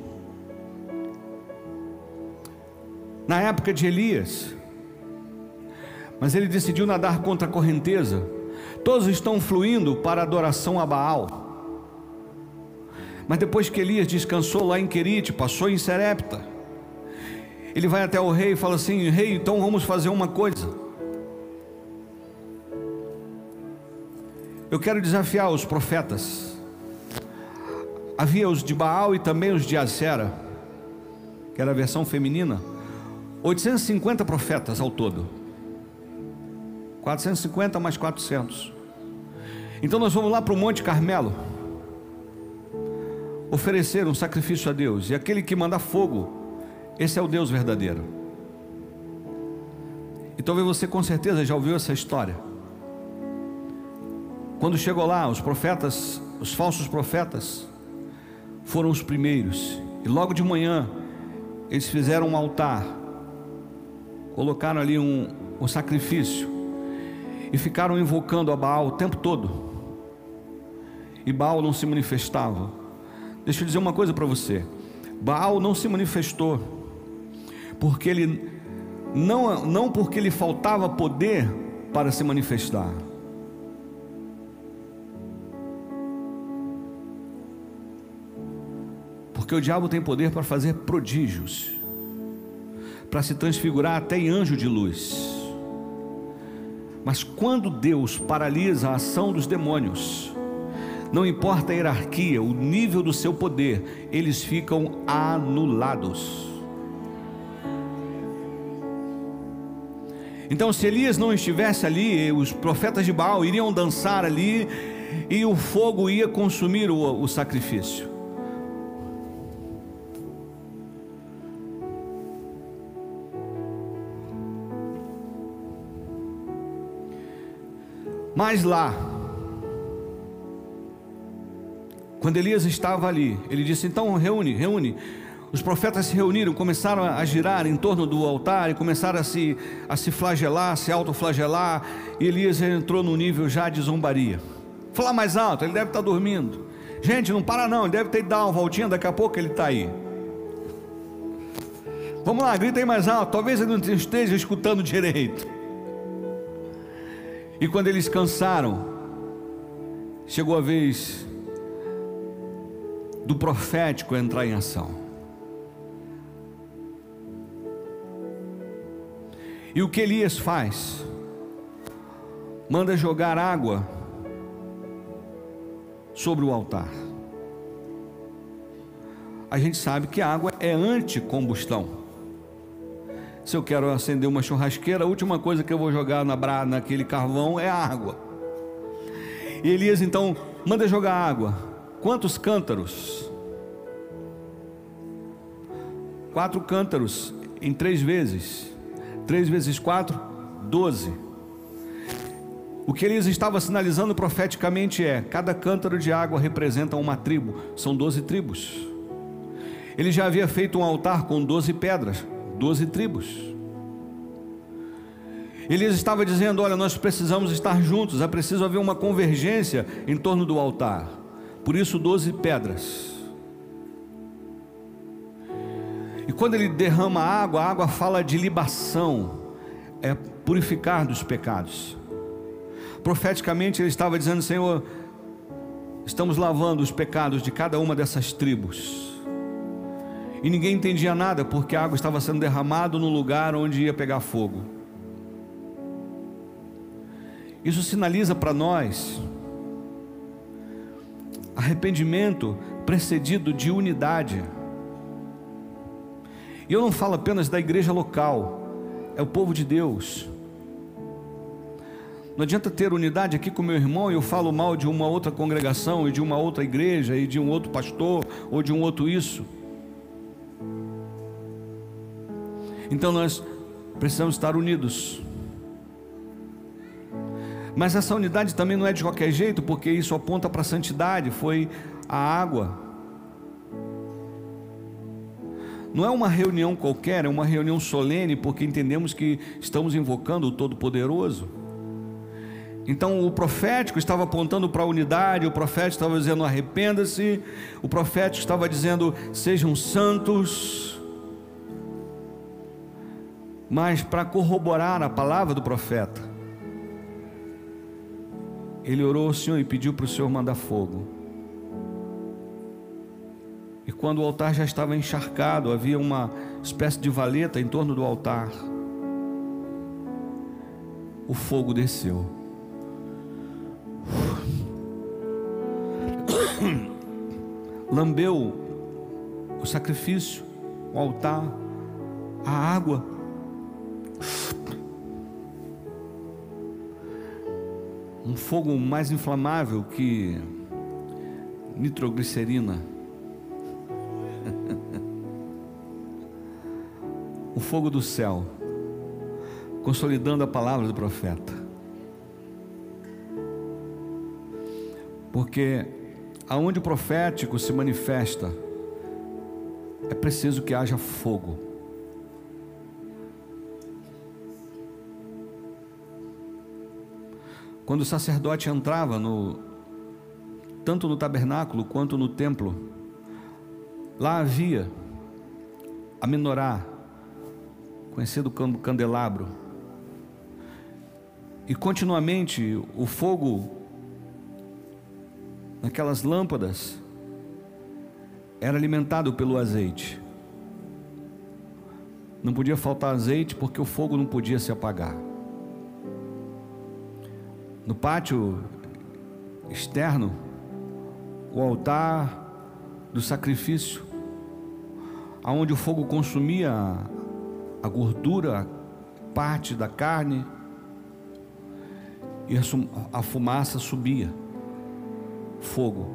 na época de Elias, mas ele decidiu nadar contra a correnteza. Todos estão fluindo para a adoração a Baal. Mas depois que Elias descansou lá em Querite, passou em Serepta, ele vai até o rei e fala assim: rei, então vamos fazer uma coisa. Eu quero desafiar os profetas. Havia os de Baal e também os de Acera, que era a versão feminina. 850 profetas ao todo. 450 mais 400. Então nós vamos lá para o Monte Carmelo oferecer um sacrifício a Deus. E aquele que manda fogo, esse é o Deus verdadeiro. E talvez você com certeza já ouviu essa história. Quando chegou lá, os profetas, os falsos profetas, foram os primeiros. E logo de manhã eles fizeram um altar, colocaram ali um sacrifício e ficaram invocando a Baal o tempo todo. E Baal não se manifestava. Deixa eu dizer uma coisa para você: Baal não se manifestou porque ele não porque lhe faltava poder para se manifestar. Porque o diabo tem poder para fazer prodígios, para se transfigurar até em anjo de luz. Mas quando Deus paralisa a ação dos demônios, não importa a hierarquia, o nível do seu poder, eles ficam anulados. Então, se Elias não estivesse ali, os profetas de Baal iriam dançar ali e o fogo ia consumir o sacrifício. Mas lá, Quando Elias estava ali, ele disse: então reúne. Os profetas se reuniram, começaram a girar em torno do altar e começaram a se flagelar, se autoflagelar. E Elias entrou num nível já de zombaria. Falar mais alto, ele deve estar dormindo. Gente, não para não, ele deve ter que dar uma voltinha, daqui a pouco ele está aí. Vamos lá, grita aí mais alto, talvez ele não esteja escutando direito. E quando eles cansaram, chegou a vez do profético entrar em ação. E o que Elias faz? Manda jogar água sobre o altar. A gente sabe que a água é anticombustão. Se eu quero acender uma churrasqueira, a última coisa que eu vou jogar naquele carvão é a água. E Elias então manda jogar água. Quantos cântaros? 4 cântaros em 3 vezes. 3 vezes 4, 12. O que Elias estava sinalizando profeticamente é: cada cântaro de água representa uma tribo. São 12 tribos. Ele já havia feito um altar com 12 pedras, 12 tribos. Elias estava dizendo: olha, nós precisamos estar juntos, é preciso haver uma convergência em torno do altar. Por isso 12 pedras. E quando ele derrama a água fala de libação, é purificar dos pecados. Profeticamente ele estava dizendo: Senhor, estamos lavando os pecados de cada uma dessas tribos. E ninguém entendia nada, porque a água estava sendo derramada no lugar onde ia pegar fogo. Isso sinaliza para nós arrependimento precedido de unidade. E eu não falo apenas da igreja local, é o povo de Deus. Não adianta ter unidade aqui com meu irmão e eu falo mal de uma outra congregação e de uma outra igreja e de um outro pastor ou de um outro isso. Então nós precisamos estar unidos. Mas essa unidade também não é de qualquer jeito, porque isso aponta para a santidade. Foi a água. Não é uma reunião qualquer, é uma reunião solene, porque entendemos que estamos invocando o Todo-Poderoso. Então o profético estava apontando para a unidade, o profético estava dizendo: arrependa-se, o profético estava dizendo: sejam santos. Mas para corroborar a palavra do profeta, ele orou ao Senhor e pediu para o Senhor mandar fogo. E quando o altar já estava encharcado, havia uma espécie de valeta em torno do altar, o fogo desceu. Lambeu o sacrifício, o altar, a água. Um fogo mais inflamável que nitroglicerina. O fogo do céu, consolidando a palavra do profeta. Porque aonde o profético se manifesta, é preciso que haja fogo. Quando o sacerdote entrava tanto no tabernáculo quanto no templo, lá havia a menorá, conhecido como candelabro, e continuamente o fogo naquelas lâmpadas era alimentado pelo azeite. Não podia faltar azeite, porque o fogo não podia se apagar. No pátio externo, o altar do sacrifício, aonde o fogo consumia a gordura, parte da carne, e a fumaça subia, fogo.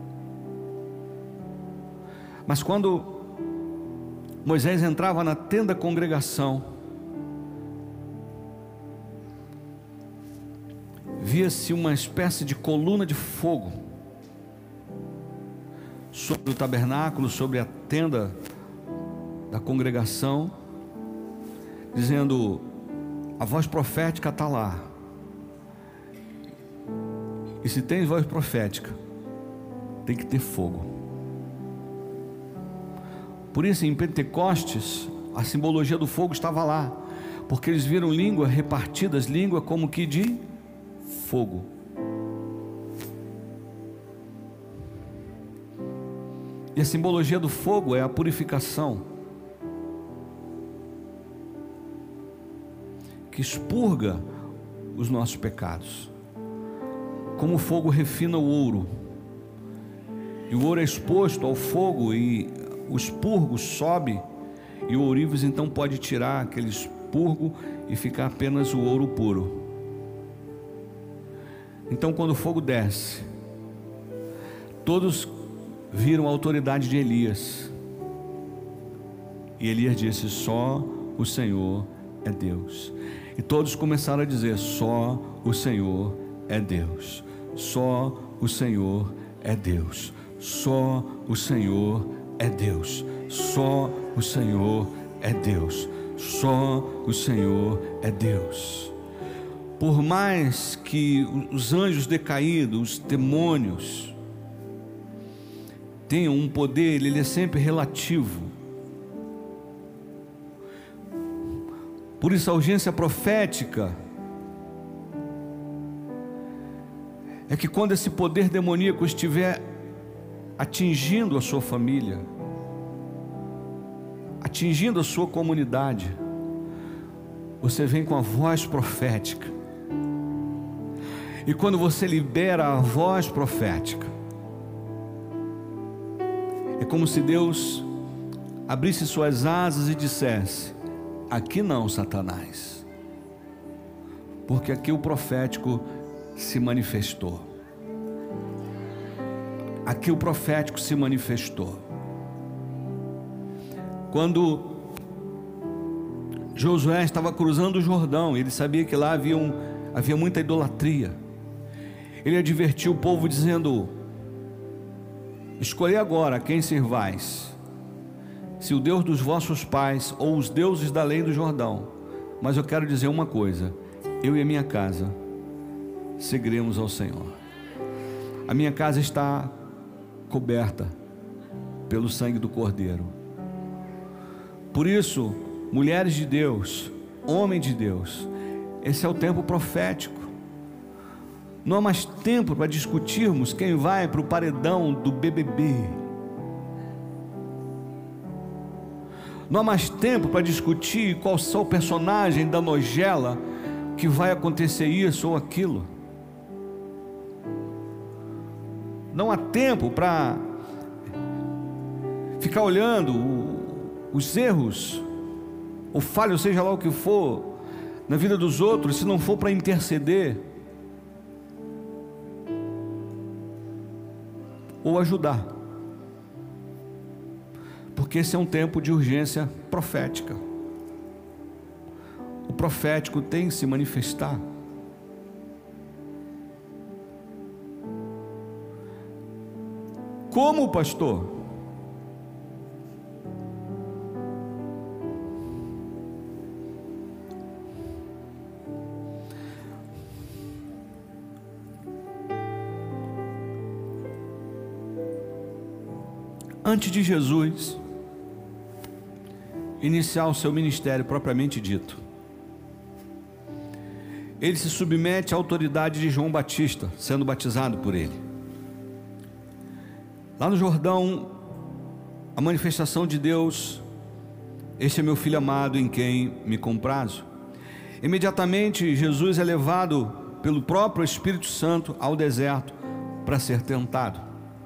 Mas quando Moisés entrava na tenda da congregação, via-se uma espécie de coluna de fogo sobre o tabernáculo, sobre a tenda da congregação, dizendo: a voz profética está lá. E se tem voz profética, tem que ter fogo. Por isso, em Pentecostes, a simbologia do fogo estava lá, porque eles viram língua repartidas, língua como que de fogo. E a simbologia do fogo é a purificação, que expurga os nossos pecados. Como o fogo refina o ouro, e o ouro é exposto ao fogo e o expurgo sobe, e o ourives então pode tirar aquele expurgo e ficar apenas o ouro puro. Então, quando o fogo desce, todos viram a autoridade de Elias, e Elias disse: só o Senhor é Deus. E todos começaram a dizer: só o Senhor é Deus, só o Senhor é Deus, só o Senhor é Deus, só o Senhor é Deus, só o Senhor é Deus. Por mais que os anjos decaídos, os demônios, tenham um poder, ele é sempre relativo. Por isso a urgência profética é que quando esse poder demoníaco estiver atingindo a sua família, atingindo a sua comunidade, você vem com a voz profética. E quando você libera a voz profética, é como se Deus abrisse suas asas e dissesse: aqui não, Satanás, porque aqui o profético se manifestou. Aqui o profético se manifestou. Quando Josué estava cruzando o Jordão, ele sabia que lá havia muita idolatria. Ele advertiu o povo dizendo: escolhei agora a quem servais, se o Deus dos vossos pais ou os deuses da além do Jordão. Mas eu quero dizer uma coisa: eu e a minha casa seguiremos ao Senhor. A minha casa está coberta pelo sangue do Cordeiro. Por isso, mulheres de Deus, homem de Deus, esse é o tempo profético. Não há mais tempo para discutirmos quem vai para o paredão do BBB. Não há mais tempo para discutir qual só o personagem da novela que vai acontecer isso ou aquilo. Não há tempo para ficar olhando os erros ou falhas, seja lá o que for, na vida dos outros, se não for para interceder ou ajudar. Porque esse é um tempo de urgência profética. O profético tem que se manifestar. Como, pastor? Antes de Jesus iniciar o seu ministério propriamente dito, ele se submete à autoridade de João Batista, sendo batizado por ele. Lá no Jordão, a manifestação de Deus: este é meu filho amado em quem me comprazo. Imediatamente Jesus é levado pelo próprio Espírito Santo ao deserto para ser tentado.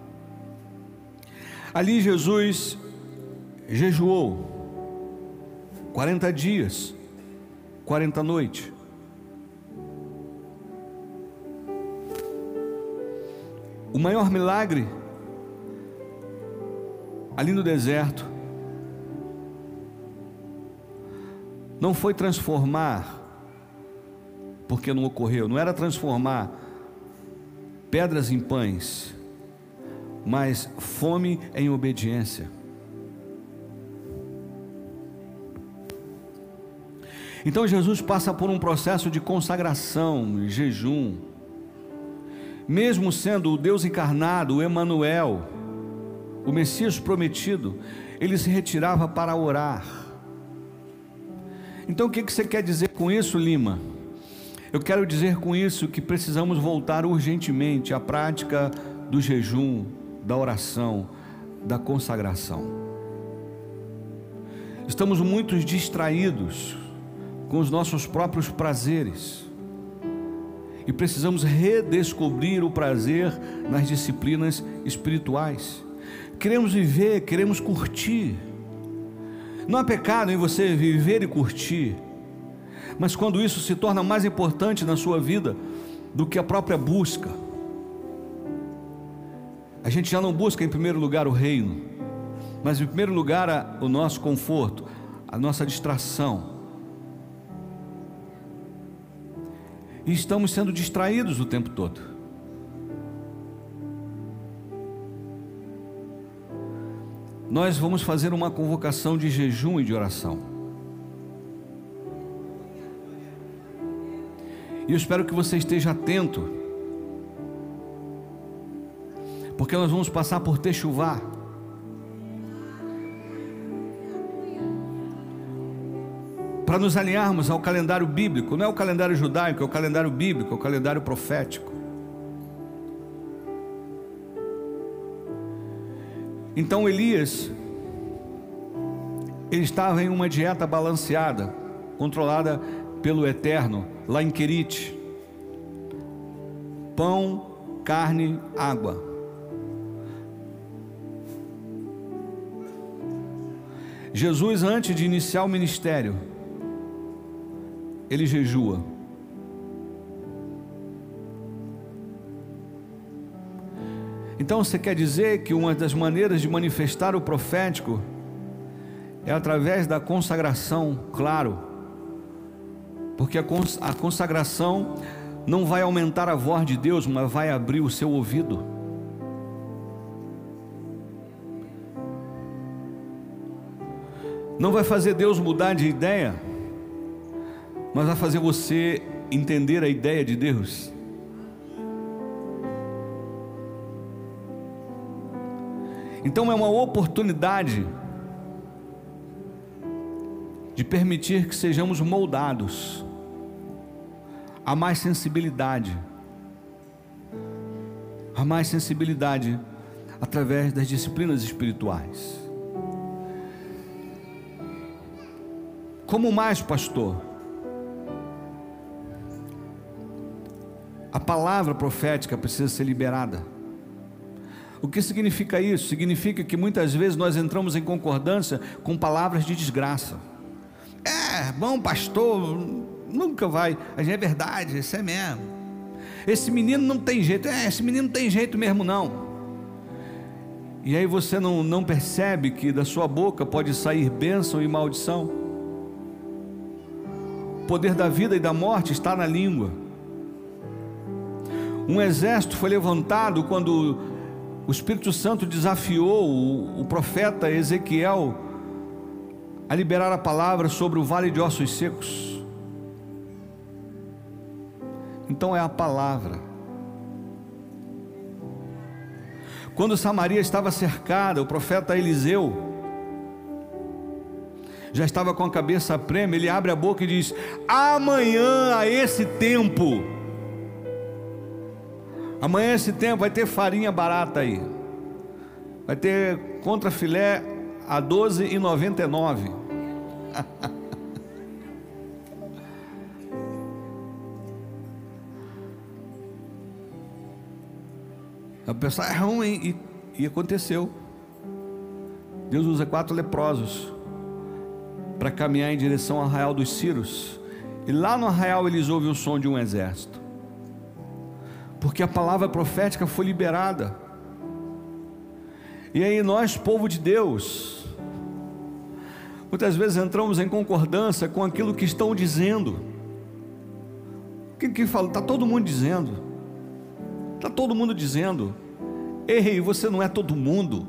Ali Jesus jejuou 40 dias, 40 noites. O maior milagre ali no deserto não foi transformar, porque não ocorreu, não era transformar pedras em pães, mas fome em obediência. Então Jesus passa por um processo de consagração, jejum. Mesmo sendo o Deus encarnado, o Emanuel, o Messias prometido, ele se retirava para orar. Então o que você quer dizer com isso, Lima? Eu quero dizer com isso que precisamos voltar urgentemente à prática do jejum, da oração, da consagração. Estamos muito distraídos com os nossos próprios prazeres e precisamos redescobrir o prazer nas disciplinas espirituais. Queremos viver, queremos curtir. Não há pecado em você viver e curtir, mas quando isso se torna mais importante na sua vida do que a própria busca, a gente já não busca em primeiro lugar o reino, mas em primeiro lugar o nosso conforto, a nossa distração. E estamos sendo distraídos o tempo todo. Nós vamos fazer uma convocação de jejum e de oração. E eu espero que você esteja atento, porque nós vamos passar por Techuvá. Para nos alinharmos ao calendário bíblico. Não é o calendário judaico, é o calendário bíblico, é o calendário profético. Então Elias, ele estava em uma dieta balanceada, controlada pelo Eterno, lá em Querite: pão, carne, água. Jesus, antes de iniciar o ministério, ele jejua. Então você quer dizer que uma das maneiras de manifestar o profético é através da consagração, claro, porque a consagração não vai aumentar a voz de Deus, mas vai abrir o seu ouvido. Não vai fazer Deus mudar de ideia, mas vai fazer você entender a ideia de Deus. Então é uma oportunidade de permitir que sejamos moldados a mais sensibilidade, através das disciplinas espirituais. Como mais, pastor? A palavra profética precisa ser liberada. O que significa isso? Significa que muitas vezes nós entramos em concordância com palavras de desgraça. Bom, pastor, nunca vai. É verdade, isso é mesmo. Esse menino não tem jeito. Esse menino não tem jeito mesmo não. E aí você não percebe que da sua boca pode sair bênção e maldição. O poder da vida e da morte está na língua. Um exército foi levantado quando o Espírito Santo desafiou o profeta Ezequiel a liberar a palavra sobre o vale de ossos secos. Então é a palavra. Quando Samaria estava cercada, o profeta Eliseu já estava com a cabeça a prêmio. Ele abre a boca e diz: amanhã a esse tempo vai ter farinha barata aí, vai ter contrafilé a R$12,99. O pessoal é ruim, e aconteceu. Deus usa 4 leprosos para caminhar em direção ao arraial dos Círios, e lá no arraial eles ouvem o som de um exército, porque a palavra profética foi liberada. E aí nós, povo de Deus, muitas vezes entramos em concordância com aquilo que estão dizendo. Quem fala? Está todo mundo dizendo. Ei, você não é todo mundo.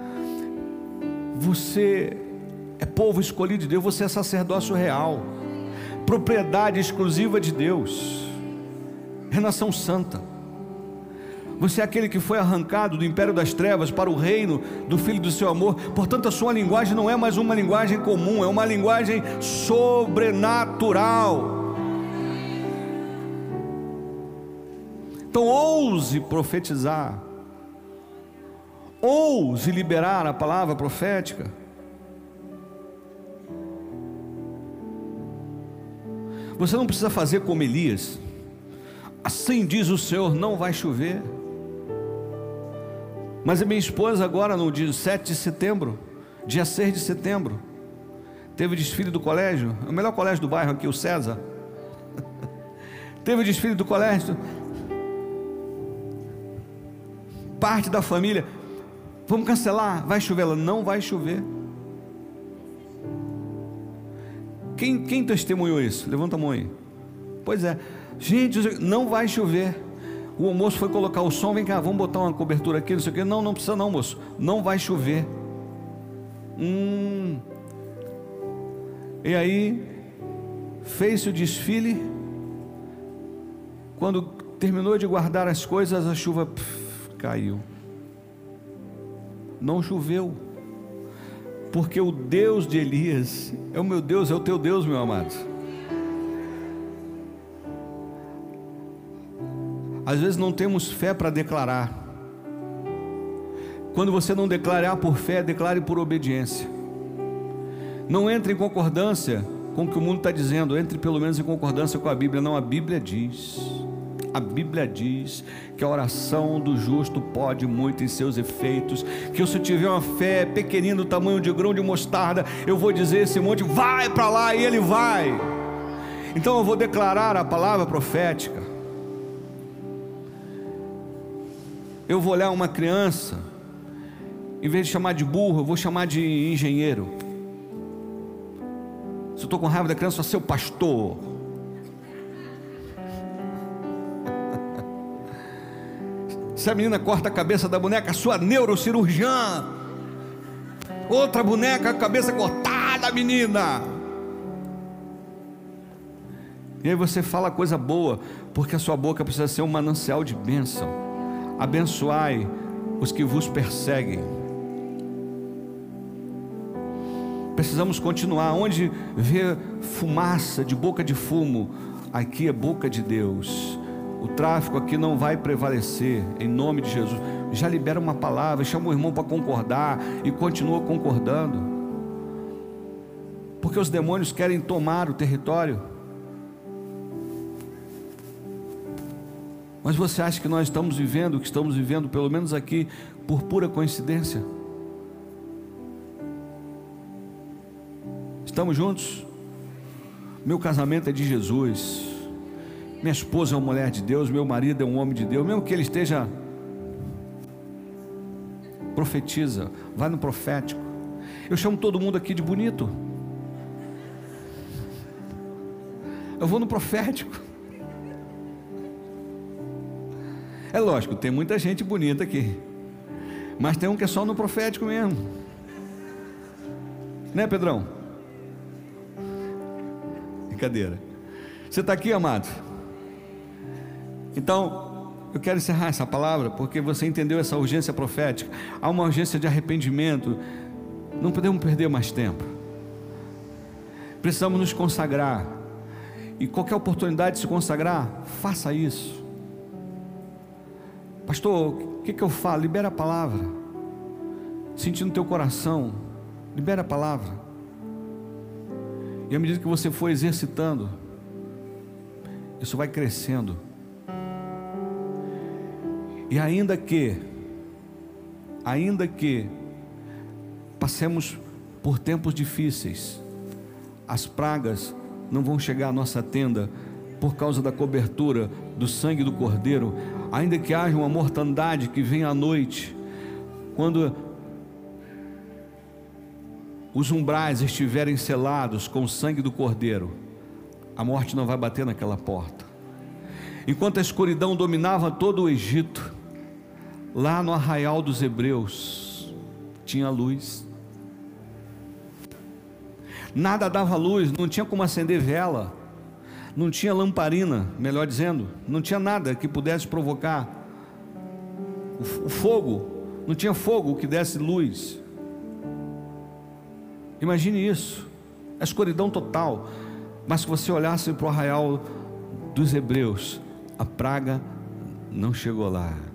Você é povo escolhido de Deus, você é sacerdócio real, propriedade exclusiva de Deus, é nação santa. Você é aquele que foi arrancado do império das trevas para o reino do Filho do seu amor. Portanto, a sua linguagem não é mais uma linguagem comum, é uma linguagem sobrenatural. Então ouse profetizar, ouse liberar a palavra profética. Você não precisa fazer como Elias. Assim diz o Senhor, não vai chover. Mas a minha esposa agora no dia 7 de setembro, dia 6 de setembro, teve desfile do colégio, o melhor colégio do bairro aqui, o César. Teve o desfile do colégio. Parte da família, vamos cancelar, vai chover? Ela, não vai chover. Quem testemunhou isso? Levanta a mão aí. Pois é, gente, não vai chover. O almoço foi colocar o som, vem cá, vamos botar uma cobertura aqui, não sei o que. Não, não precisa não, moço, não vai chover. E aí fez-se o desfile. Quando terminou de guardar as coisas, a chuva caiu. Não choveu, porque o Deus de Elias é o meu Deus, é o teu Deus, meu amado. Às vezes não temos fé para declarar. Quando você não declarar por fé, declare por obediência. Não entre em concordância com o que o mundo está dizendo, entre pelo menos em concordância com a Bíblia. Não, a Bíblia diz que a oração do justo pode muito em seus efeitos, que se eu tiver uma fé pequenina do tamanho de grão de mostarda, eu vou dizer esse monte, vai para lá, e ele vai. Então eu vou declarar a palavra profética. Eu vou olhar uma criança, em vez de chamar de burro, eu vou chamar de engenheiro. Se eu estou com raiva da criança, eu vou ser o pastor. Se a menina corta a cabeça da boneca, a sua neurocirurgiã. Outra boneca, a cabeça cortada, menina. E aí você fala coisa boa, porque a sua boca precisa ser um manancial de bênção. Abençoai os que vos perseguem. Precisamos continuar. Onde vê fumaça de boca de fumo, aqui é boca de Deus. O tráfico aqui não vai prevalecer, em nome de Jesus. Já libera uma palavra, chama o irmão para concordar e continua concordando, porque os demônios querem tomar o território. Mas você acha que nós estamos vivendo o que estamos vivendo, pelo menos aqui, por pura coincidência? Estamos juntos? Meu casamento é de Jesus, minha esposa é uma mulher de Deus, meu marido é um homem de Deus. Mesmo que ele esteja, profetiza, vai no profético. Eu chamo todo mundo aqui de bonito. Eu vou no profético. É lógico, tem muita gente bonita aqui, mas tem um que é só no profético mesmo, né, Pedrão? Brincadeira. Você está aqui, amado? Então, eu quero encerrar essa palavra, porque você entendeu essa urgência profética. Há uma urgência de arrependimento. Não podemos perder mais tempo. Precisamos nos consagrar. E qualquer oportunidade de se consagrar, faça isso. Pastor, o que eu falo? Libera a palavra. Sentindo no teu coração, libera a palavra. E à medida que você for exercitando, isso vai crescendo. E ainda que passemos por tempos difíceis, as pragas não vão chegar à nossa tenda, por causa da cobertura do sangue do Cordeiro. Ainda que haja uma mortandade que venha à noite, quando os umbrais estiverem selados com o sangue do Cordeiro, a morte não vai bater naquela porta. Enquanto a escuridão dominava todo o Egito, lá no arraial dos hebreus tinha luz. Nada dava luz, não tinha como acender vela, não tinha lamparina, melhor dizendo, não tinha nada que pudesse provocar o fogo, não tinha fogo que desse luz. Imagine isso, a escuridão total. Mas se você olhasse para o arraial dos hebreus, a praga não chegou lá.